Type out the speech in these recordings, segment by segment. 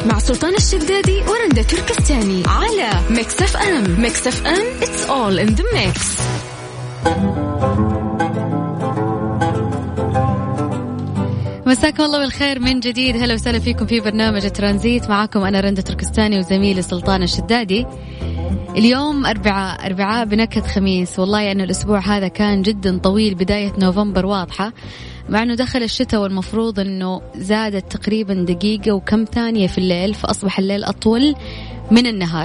مع سلطان الشدادي ورندا تركستاني على ميكس اف ام. ميكس اف ام it's all in the mix. مساكم الله بالخير من جديد. هلا وسهلا فيكم في برنامج ترانزيت. معاكم أنا رندا تركستاني وزميلي سلطان الشدادي. اليوم أربعاء بنكهة خميس. والله أنه الأسبوع هذا كان جدا طويل. بداية نوفمبر واضحة، مع أنه دخل الشتاء والمفروض أنه زادت تقريبا دقيقة وكم ثانية في الليل، فأصبح الليل أطول من النهار.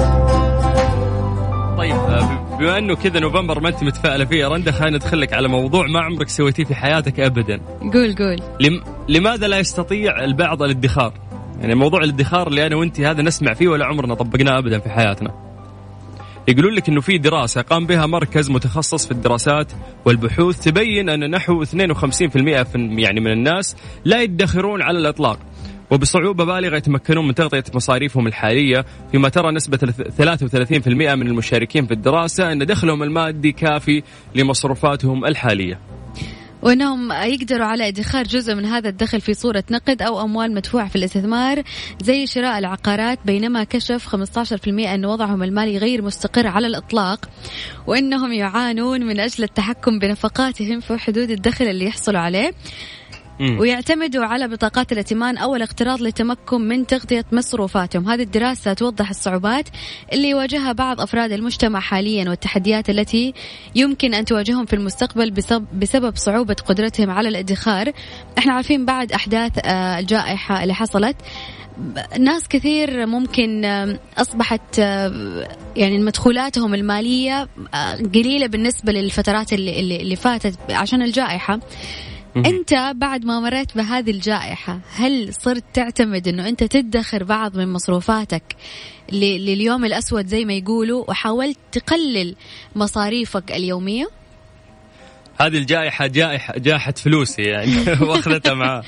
طيب بما أنه كذا نوفمبر ما أنت متفائلة فيه رندا، خلينا ندخلك على موضوع ما عمرك سويتيه في حياتك أبدا. قول. لماذا لا يستطيع البعض الادخار؟ يعني موضوع الادخار اللي أنا وأنت هذا نسمع فيه ولا عمرنا طبقناه أبدا في حياتنا. يقولون لك أنه في دراسة قام بها مركز متخصص في الدراسات والبحوث تبين أن نحو 52% يعني من الناس لا يدخرون على الإطلاق، وبصعوبة بالغة يتمكنون من تغطية مصاريفهم الحالية، فيما ترى نسبة 33% من المشاركين في الدراسة أن دخلهم المادي كافي لمصروفاتهم الحالية، وأنهم يقدروا على إدخار جزء من هذا الدخل في صورة نقد أو أموال مدفوعة في الاستثمار زي شراء العقارات. بينما كشف 15% أن وضعهم المالي غير مستقر على الإطلاق، وأنهم يعانون من أجل التحكم بنفقاتهم في حدود الدخل اللي يحصلوا عليه، ويعتمدوا على بطاقات الائتمان أو الاقتراض للتمكن من تغطية مصروفاتهم. هذه الدراسة توضح الصعوبات اللي يواجهها بعض أفراد المجتمع حاليا والتحديات التي يمكن أن تواجههم في المستقبل بسبب صعوبة قدرتهم على الادخار. احنا عارفين بعد أحداث الجائحة اللي حصلت، ناس كثير ممكن أصبحت يعني مدخولاتهم المالية قليلة بالنسبة للفترات اللي فاتت عشان الجائحة. أنت بعد ما مريت بهذه الجائحة هل صرت تعتمد أنه أنت تدخر بعض من مصروفاتك لليوم الأسود زي ما يقولوا، وحاولت تقلل مصاريفك اليومية؟ هذه الجائحة جاحت فلوسي يعني واخذتها معاه.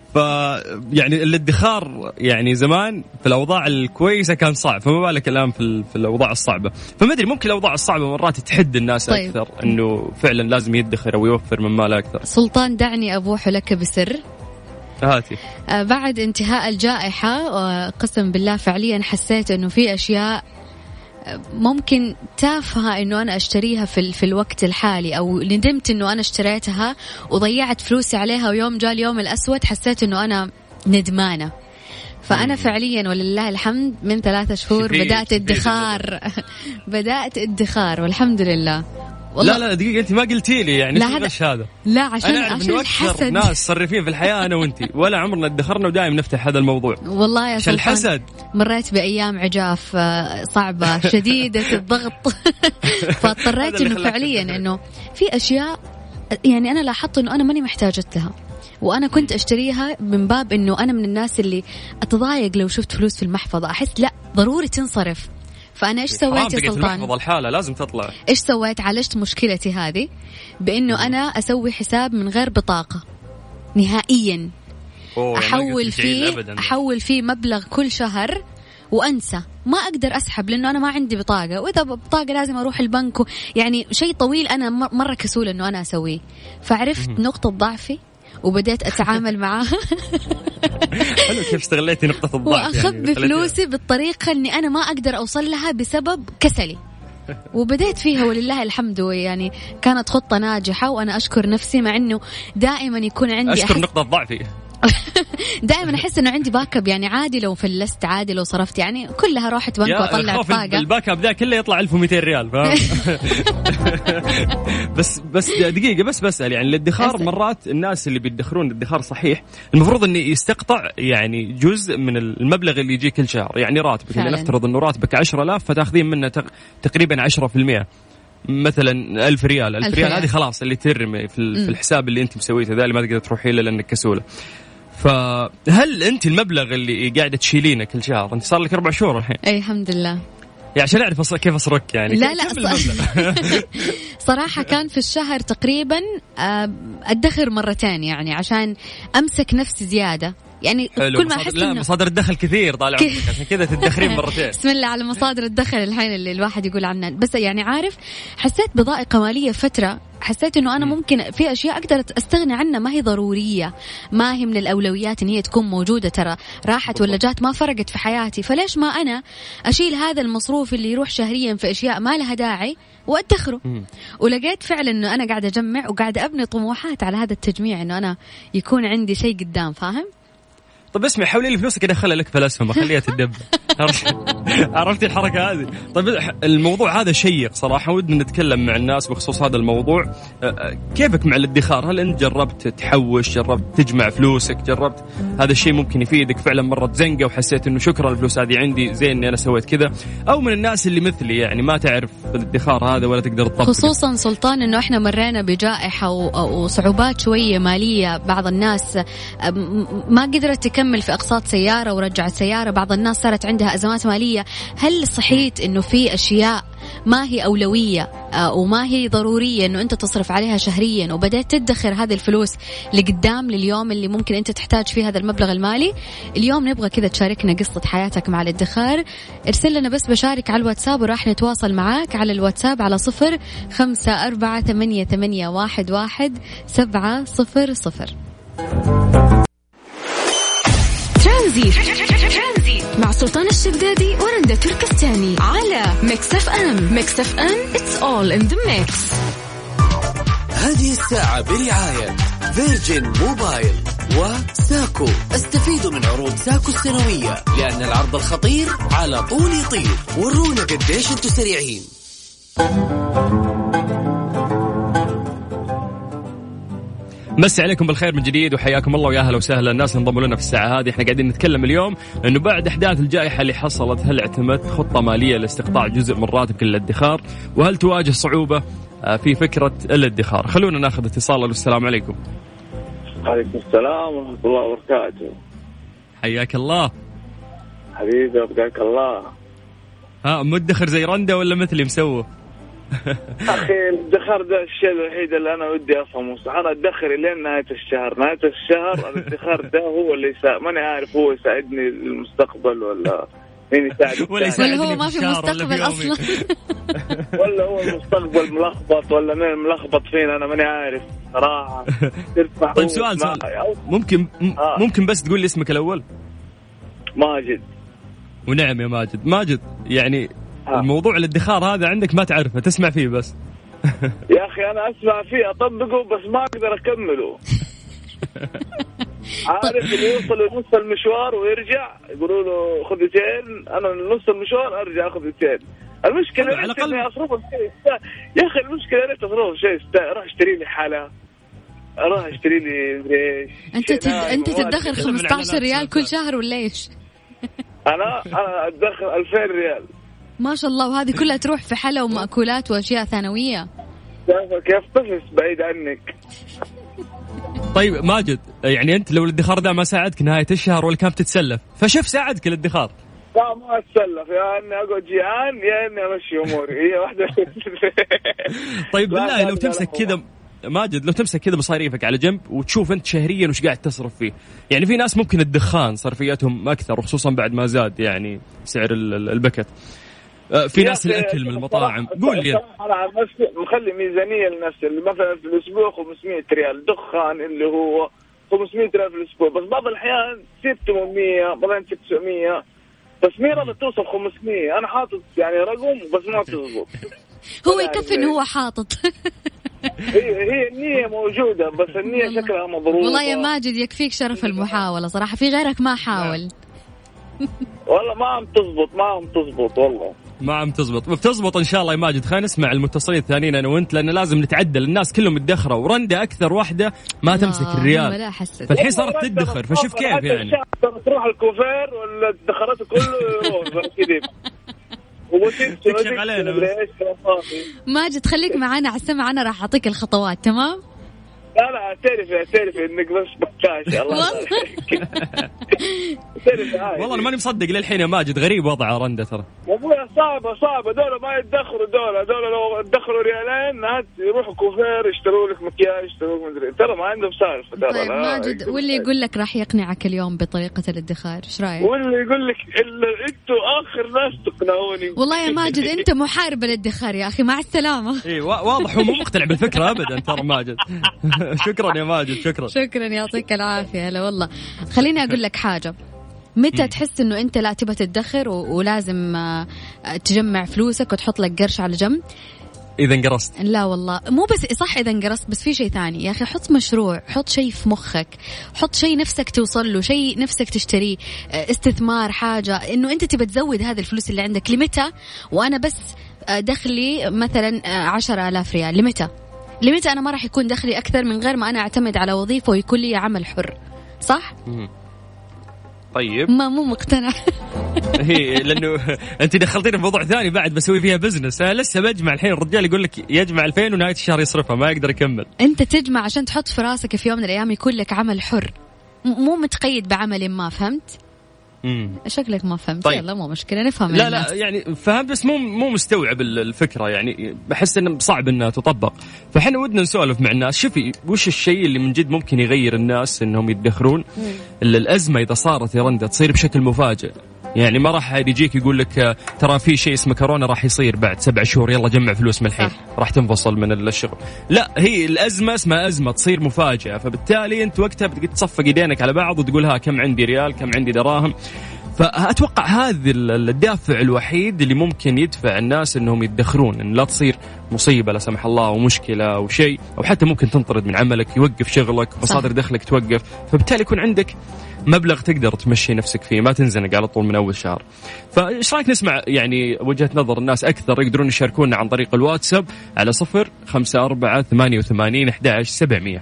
يعني الادخار يعني زمان في الأوضاع الكويسة كان صعب، فما بالك الآن في الأوضاع الصعبة. فما أدري، ممكن الأوضاع الصعبة مرات تحد الناس. طيب. أكثر إنه فعلا لازم يدخر أو يوفر من ماله أكثر. سلطان دعني أبوح لك بسر. هاتي. بعد انتهاء الجائحة قسم بالله فعليا حسيت إنه في أشياء ممكن تافهة إنه أنا أشتريها في الوقت الحالي، أو ندمت إنه أنا اشتريتها وضيعت فلوسي عليها، ويوم جاء اليوم الأسود حسيت إنه أنا ندمانة. فأنا فعليا ولله الحمد من 3 شهور بدأت ادخار والحمد لله. لا دقيقة، أنت ما قلتي لي يعني إيش هذا؟ لا عشان الحسد. ناس صرفين في الحياة أنا وأنتي ولا عمرنا ادخرنا، ودائما نفتح هذا الموضوع. والله يا سلطان الحسد مريت بأيام عجاف صعبة شديدة الضغط فاضطريت إنه فعليا إنه في أشياء يعني أنا لاحظت إنه أنا ماني محتاجة لها، وأنا كنت أشتريها من باب إنه أنا من الناس اللي أتضايق لو شفت فلوس في المحفظة، أحس لا ضروري تنصرف. فأنا إيش سويت يا سلطان؟ الحالة لازم تطلع. إيش سويت؟ عالجت مشكلتي هذه بإنه أنا أسوي حساب من غير بطاقة نهائيا. أحول فيه مبلغ كل شهر وأنسى، ما أقدر أسحب لأنه أنا ما عندي بطاقة، وإذا بطاقة لازم أروح البنك يعني شيء طويل أنا مرة كسول إنه أنا أسويه. فعرفت نقطة ضعفي وبدأت أتعامل معاها. حلو كيف استغليتي نقطة الضعف. وأخبي فلوسي بالطريقة أني أنا ما أقدر أوصل لها بسبب كسلي، وبدأت فيها ولله الحمد. يعني كانت خطة ناجحة وأنا أشكر نفسي، مع أنه دائما يكون عندي أشكر نقطة ضعفي. دائما أحس إنه عندي باك اب، يعني عادي لو فلست، عادي لو صرفت، يعني كلها روحت بنك وأطلع بطاقة. الباك اب ده كله يطلع 1200 ريال فاهم؟ بس دقيقة بس بسأل، يعني الادخار مرات الناس اللي بيدخرون الادخار صحيح المفروض إنه يستقطع يعني جزء من المبلغ اللي يجي كل شهر، يعني راتبك اللي نفترض إنه راتبك 10,000 فتأخذين منه تقريبا 10%، مثلا 1000 ريال. 1000 ريال هذه خلاص اللي ترمي في الحساب اللي أنت مسويته ذا اللي ما تقدر تروحي له لأنك كسولة. فهل أنت المبلغ اللي قاعدة تشيلينه كل شهر أنت صار لك 4 شهور الحين؟ أي الحمد لله. يعني عشان أعرف كيف أصرك يعني. لا صراحة كان في الشهر تقريبا أدخر مرتين، يعني عشان أمسك نفسي زيادة، يعني كل ما أحس لا مصادر الدخل كثير طالع عشان كذا تدخرين مرتين. بسم الله على مصادر الدخل الحين اللي الواحد يقول عنها. بس يعني عارف حسيت بضائقة مالية فترة، حسيت إنه أنا ممكن في أشياء أقدر أستغني عنها ما هي ضرورية، ما هي من الأولويات إن هي تكون موجودة، ترى راحت ولا جات ما فرقت في حياتي، فليش ما أنا أشيل هذا المصروف اللي يروح شهريا في أشياء ما لها داعي وأدخره. ولقيت فعلا إنه أنا قاعدة أجمع وقاعدة أبني طموحات على هذا التجميع، إنه أنا يكون عندي شيء قدام، فاهم؟ طب اسمع، حولي لي فلوسك ادخلها لك في الاسهم اخليها تدب. عرفتي الحركه هذه؟ طيب الموضوع هذا شيق صراحه، ودنا نتكلم مع الناس بخصوص هذا الموضوع. كيفك مع الادخار؟ هل انت جربت تحوش، جربت تجمع فلوسك، جربت هذا الشيء ممكن يفيدك فعلا مرة زنقه وحسيت انه شكرا الفلوس هذه عندي زين اني انا سويت كذا، او من الناس اللي مثلي يعني ما تعرف الادخار هذا ولا تقدر تطبق؟ خصوصا سلطان انه احنا مرينا بجائحه وصعوبات شويه ماليه، بعض الناس ما قدرت تكمل في اقساط سياره ورجعت سياره، بعض الناس صارت عندها ازمات ماليه. هل صحيت انه في اشياء ما هي اولويه وما هي ضروريه انه انت تصرف عليها شهريا وبدأت تدخر هذه الفلوس لقدام لليوم اللي ممكن انت تحتاج فيه هذا المبلغ المالي؟ اليوم نبغى كذا تشاركنا قصة حياتك مع الادخار. ارسل لنا بس بشارك على الواتساب وراح نتواصل معاك على الواتساب على 0548811700. ترانزيت مع سلطان الشدادي ورندا تركستاني على ميكس اف ام. ميكس اف ام it's all in the mix. هذه الساعة برعاية فيرجن موبايل وساكو. استفيدوا من عروض ساكو السنوية لأن العرض الخطير على طول يطير. ورونا قديش انتوا سريعين. مسي عليكم بالخير من جديد وحياكم الله ويا اهلا وسهلا الناس اللي انضموا لنا في الساعه هذه. احنا قاعدين نتكلم اليوم انه بعد احداث الجائحه اللي حصلت، هل اعتمدت خطه ماليه لاستقطاع جزء من راتبك للادخار؟ وهل تواجه صعوبه في فكره الادخار؟ خلونا ناخذ اتصال. السلام عليكم. وعليكم السلام ورحمه الله وبركاته. حياك الله حبيبي، ابقاك الله. مدخر زي رندا ولا مثلي مسوه؟ أخي الادخار ده الشيء الوحيد اللي أنا ودي أفهمه. أنا أدخر إلين نهاية الشهر. نهاية الشهر الادخار ده هو اللي ماني عارف هو يساعدني للمستقبل ولا مين يساعدني، ولا هو ما في مستقبل أصلا، ولا هو المستقبل ملخبط ولا مين ملخبط فينا، أنا ماني عارف صراحة. طيب سؤال ممكن بس تقول لي اسمك الأول؟ ماجد. ونعم يا ماجد يعني الموضوع الادخار هذا عندك ما تعرفه، تسمع فيه بس. يا أخي أنا أسمع فيه أطبقه بس ما أقدر أكمله. عارف اللي يوصل لنص المشوار ويرجع يقولوا له خذتين، أنا نص المشوار أرجع خذتين. المشكلة على الأقل إني أصرفه شيء. يا أخي المشكلة إني أصرفه شيء. أروح أشتري لي حالة، أروح أشتري لي ريش. أنت تدخر 15 ريال كل شهر ولا إيش؟ أنا أدخر 2000 ريال ما شاء الله، وهذه كلها تروح في حلا ومأكولات وأشياء ثانوية. كيف طفل بعيد عنك. طيب ماجد، يعني أنت لو الادخار ده ما ساعدك نهاية الشهر ولا كان بتتسلف، فشوف ساعدك الادخار. لا ما أتسلف، يا إني أقعد جيعان يا إني أمشي أموري، هي واحدة. طيب بالله لو تمسك كذا ماجد، لو تمسك كذا مصاريفك على جنب وتشوف أنت شهريا وش قاعد تصرف فيه. يعني في ناس ممكن الدخان صرفياتهم أكثر، وخصوصا بعد ما زاد يعني سعر البكت. في ناس الأكل من المطاعم. قول لي. أنا عن نفسي مخلي ميزانية لنفسي، اللي مثلا في الأسبوع 500 ريال دخان، اللي هو 500 ريال في الأسبوع، بس بعض الأحيان 800 بعدين 900، بس ميرا بتوصل 500. أنا حاطط يعني رقم بس ما تزبط. هو يكفي إنه هو حاطط. هي النية موجودة بس النية شكلها مضروبة. والله يا ماجد يكفيك شرف المحاولة صراحة، في غيرك ما حاول. والله ما عم تزبط والله ما عم تزبط. بتزبط إن شاء الله يا ماجد. خلينا نسمع المتصلين الثانيين أنا وأنت، لأن لازم نتعدل. الناس كلهم مدخرة ورندا أكثر واحدة ما تمسك الريال، فالحين صارت تدخر. فشوف كيف يعني تروح الكوفير ولا دخرته كله يروح كذب. تكشف علينا بس. ماجد خليك معنا على السمع، أنا راح أعطيك الخطوات. تمام لا اعترف انك بس بكاش. الله والله انا ماني مصدق للحين يا ماجد، غريب وضع رندا ترى. يا ابوي صعبه دول ما يتدخلوا، دول لو دخلوا ريالين يروحوا كوفير يشتروا لك مكياج، يشتروا مدري، ترى ما عندهم سالفه. طيب ماجد، واللي يقول لك راح يقنعك اليوم بطريقه الادخار ايش رايك؟ واللي يقول لك الا انتوا اخر ناس تقنعوني. والله يا ماجد انت محارب الادخار يا اخي، مع السلامه. اي واضح هو مو مقتنع بالفكره ابدا ترى ماجد. شكرا يا ماجد، شكرا يعطيك العافيه. هلا والله. خليني اقول لك حاجه، متى تحس انه انت لا تبى تدخر ولازم تجمع فلوسك وتحط لك قرش على جنب؟ اذا انقرصت. لا والله مو بس صح اذا انقرصت، بس في شيء ثاني يا اخي. حط مشروع، حط شيء في مخك، حط شيء نفسك توصل له، شيء نفسك تشتريه، استثمار، حاجه انه انت تبى تزود هذه الفلوس اللي عندك. لمتى وانا بس دخلي مثلا 10,000 ريال؟ لمتى أنا ما راح يكون دخلي أكثر من غير ما أنا أعتمد على وظيفة ويكون لي عمل حر؟ صح؟ طيب مو مقتنع. هي لأنه أنت دخلتيني في موضوع ثاني بعد بسوي فيها بزنس. أنا لسه بجمع الحين، الرجال يقول لك يجمع 2000 ونهاية الشهر يصرفها، ما يقدر يكمل. أنت تجمع عشان تحط في راسك في يوم من الأيام يكون لك عمل حر، مو متقيد بعمل ما. فهمت؟ شكلك ما فهمت. طيب. يلا مو مشكلة، نفهم. لا يعني فهمت، بس مو مستوعب الفكرة. يعني بحس إنه صعب إنها تطبق. فحنا ودنا نسولف مع الناس، شوفي وش الشيء اللي من جد ممكن يغير الناس إنهم يدخرون. الأزمة إذا صارت يا رندا تصير بشكل مفاجئ. يعني ما راح يجيك يقول لك ترى في شيء اسمه كورونا راح يصير بعد 7 شهور، يلا جمع فلوس من الحين راح تنفصل من الشغل. لا، هي الأزمة اسمها أزمة تصير مفاجئة، فبالتالي أنت وقتها بتقعد تصفق يدينك على بعض وتقول ها كم عندي ريال، كم عندي دراهم. فأتوقع هذا الدافع الوحيد اللي ممكن يدفع الناس أنهم يدخرون، أن لا تصير مصيبة لا سمح الله ومشكلة أو شيء، أو حتى ممكن تنطرد من عملك، يوقف شغلك، مصادر دخلك توقف. فبالتالي يكون عندك مبلغ تقدر تمشي نفسك فيه، ما تنزنق على طول من أول شهر. فإيش رأيك نسمع يعني وجهة نظر الناس أكثر؟ يقدرون يشاركونا عن طريق الواتساب على 0548811700.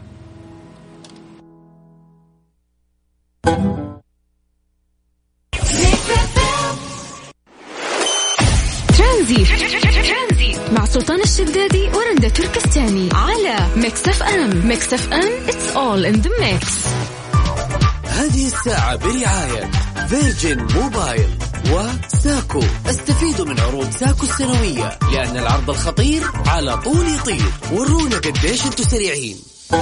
مع سلطان الشدادي ورندا تركستاني على ميكس اف ام. ميكس اف ام it's all in the mix. هذه الساعة برعاية فيرجن موبايل وساكو. استفيدوا من عروض ساكو السنوية لأن العرض الخطير على طول يطير. ورونا قديش انتوا سريعين.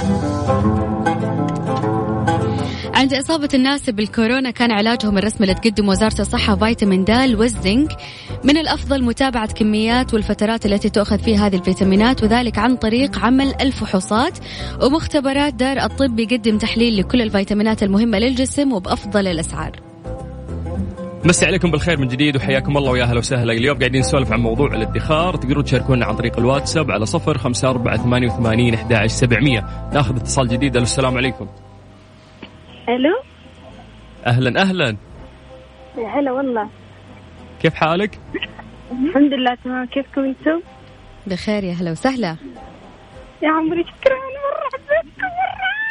عند إصابة الناس بالكورونا كان علاجهم الرسمي اللي تقدم وزارة الصحة فيتامين د والزنك. من الأفضل متابعة كميات والفترات التي تأخذ فيها هذه الفيتامينات، وذلك عن طريق عمل الفحوصات ومختبرات. دار الطب يقدم تحليل لكل الفيتامينات المهمة للجسم وبأفضل الأسعار. مسي عليكم بالخير من جديد وحياكم الله ويا أهلا وسهلا. اليوم قاعدين نسولف عن موضوع الادخار. تقدروا تشاركونا عن طريق الواتساب على 0548811700. ناخذ اتصال جديد. السلام عليكم. الو. اهلا. يا هلا والله. كيف حالك؟ الحمد لله تمام. كيفكم انتم؟ بخير. يا هلا وسهلا يا عمري. شكرا مرة حبيتكم مرة.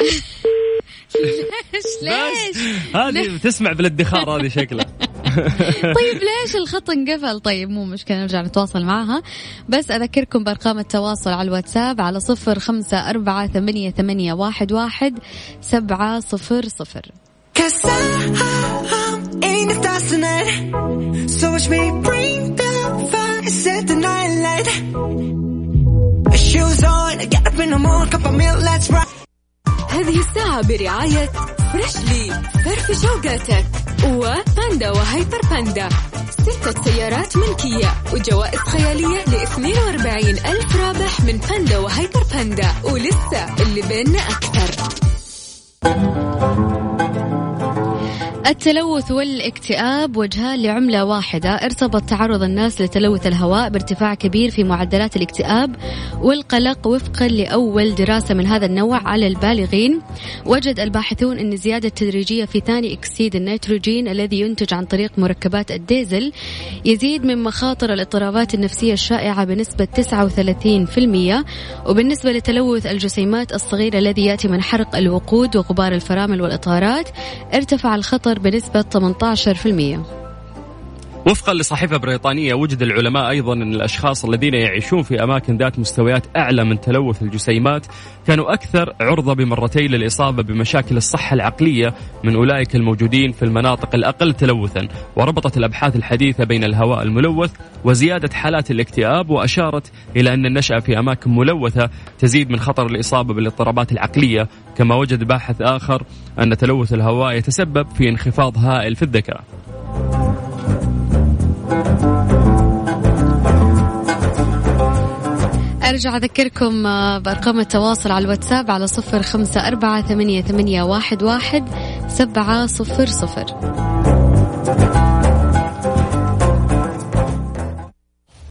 ليش هذه بتسمع بالادخار هذه شكلها. طيب ليش الخط انقفل؟ طيب مو مشكلة، نرجع نتواصل معها. بس أذكركم بأرقام التواصل على الواتساب على 0548811700. هذه الساعة برعاية فريشلي فرف شوقاتك وباندا وهايبر باندا. 6 سيارات ملكية وجوائز خيالية ل42,000 رابح من باندا وهايبر باندا. ولسه اللي بيننا أكثر. التلوث والاكتئاب وجهان لعملة واحدة. ارتبط تعرض الناس لتلوث الهواء بارتفاع كبير في معدلات الاكتئاب والقلق. وفقا لأول دراسة من هذا النوع على البالغين، وجد الباحثون أن زيادة تدريجية في ثاني أكسيد النيتروجين الذي ينتج عن طريق مركبات الديزل يزيد من مخاطر الاضطرابات النفسية الشائعة بنسبة 39%. وبالنسبة لتلوث الجسيمات الصغيرة الذي يأتي من حرق الوقود وغبار الفرامل والإطارات، ارتفع الخطر بنسبة 18%. وفقا لصحيفة بريطانية، وجد العلماء أيضا أن الأشخاص الذين يعيشون في أماكن ذات مستويات أعلى من تلوث الجسيمات كانوا أكثر عرضة بمرتين للإصابة بمشاكل الصحة العقلية من أولئك الموجودين في المناطق الأقل تلوثا. وربطت الأبحاث الحديثة بين الهواء الملوث وزيادة حالات الاكتئاب، وأشارت إلى أن النشأة في أماكن ملوثة تزيد من خطر الإصابة بالاضطرابات العقلية. كما وجد باحث آخر أن تلوث الهواء يتسبب في انخفاض هائل في الذكاء. أرجع أذكركم بأرقام التواصل على الواتساب على 0548811700.